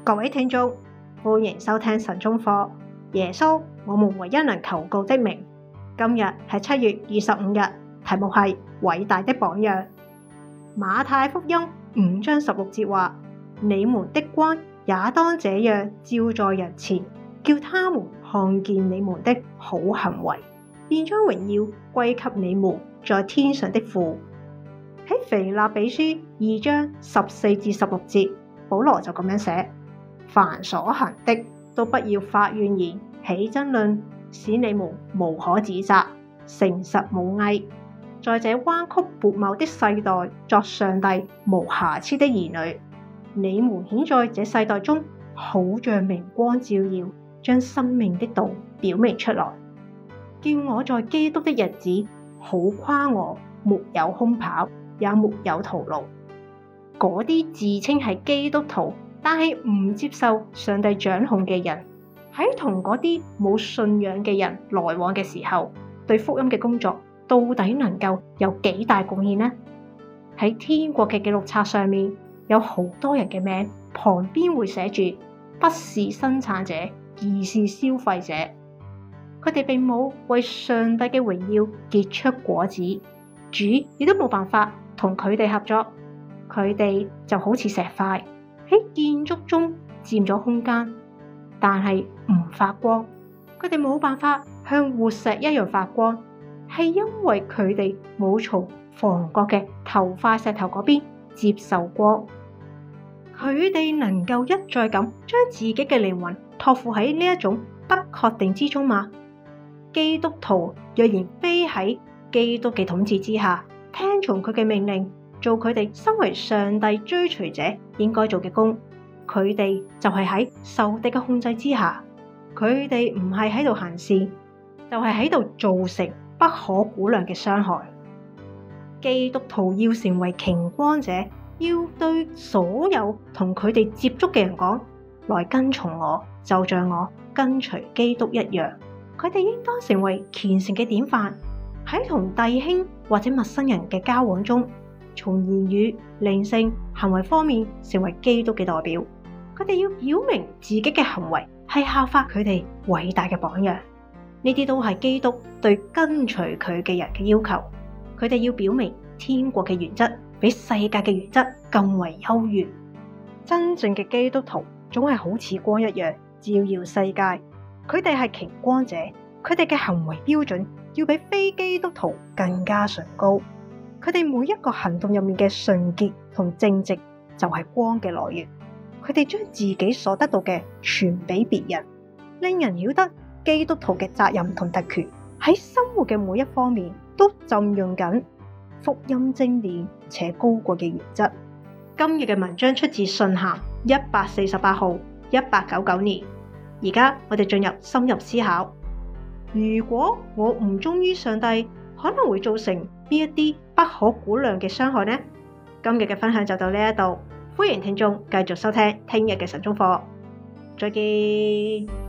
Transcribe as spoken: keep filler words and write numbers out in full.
各位聽眾，歡迎收聽晨鐘課。耶穌，我們唯一能求告的名。今日係七月二十五日，題目係偉大的榜樣。馬太福音五章十六節話：你們的光也當這樣照在人前，叫他們看見你們的好行為，便將榮耀歸給你們在天上的父。喺腓立比書二章十四至十六節，保羅就咁樣寫：凡所行的，都不要發怨言，起爭論，使你們無可指責，誠實無偽，在這彎曲悖謬的世代，作上帝無瑕疵的兒女。你們顯在這世代中，好像明光照耀，將生命的道表明出來，叫我在基督的日子好誇我，沒有空跑，也沒有徒勞。嗰啲自稱係基督徒，但係唔接受上帝掌控嘅人，喺同嗰啲冇信仰嘅人來往嘅時候，對福音嘅工作到底能夠有幾大貢獻呢？喺天國嘅記錄冊上面，有好多人嘅名，旁邊會寫住不是生產者，而是消費者。佢哋並冇為上帝嘅榮耀結出果子，主亦都冇辦法同佢哋合作。佢哋就好似石塊喺建築中佔咗空間，但係唔發光。佢哋冇辦法向活石一樣發光，係因為佢哋冇從房角嘅頭塊石頭嗰邊接受光。佢哋能夠一再咁將自己嘅靈魂託付喺呢一種不確定之中嗎？基督徒若然非喺基督嘅統治之下，聽從佢嘅命令，做佢哋身為上帝追隨者應該做嘅工，佢哋就係喺仇敵嘅控制之下。佢哋唔係喺度行善，就係喺度造成不可估量嘅傷害。基督徒要成為擎光者，要對所有同佢哋接觸嘅人講：來跟從我，就像我跟隨基督一樣。佢哋應當成為虔誠嘅典範，喺同弟兄或者陌生人嘅交往中，從言語、靈性、行為方面成為基督嘅代表。佢哋要表明自己嘅行為係效法佢哋偉大嘅榜樣。呢啲都係基督對跟隨佢嘅人嘅要求。佢哋要表明天國嘅原則比世界嘅原則更為優越。真正嘅基督徒總係好似光一樣照耀世界。佢哋係擎光者，佢哋嘅行為標準要比非基督徒更加崇高。佢哋每一個行動入面嘅純潔同正直就係光嘅來源。佢哋將自己所得到嘅傳俾別人，令人曉得基督徒嘅責任同特權，喺生活嘅每一方面都浸潤緊福音精煉且高貴嘅原則。今日嘅文章出自信函一百四十八號，一八九九年。而家我哋進入深入思考。如果我唔忠於上帝，可能會造成邊一啲不可估量嘅傷害呢？今日嘅分享就到呢一度，歡迎聽眾繼續收聽聽日嘅晨鐘課。再見。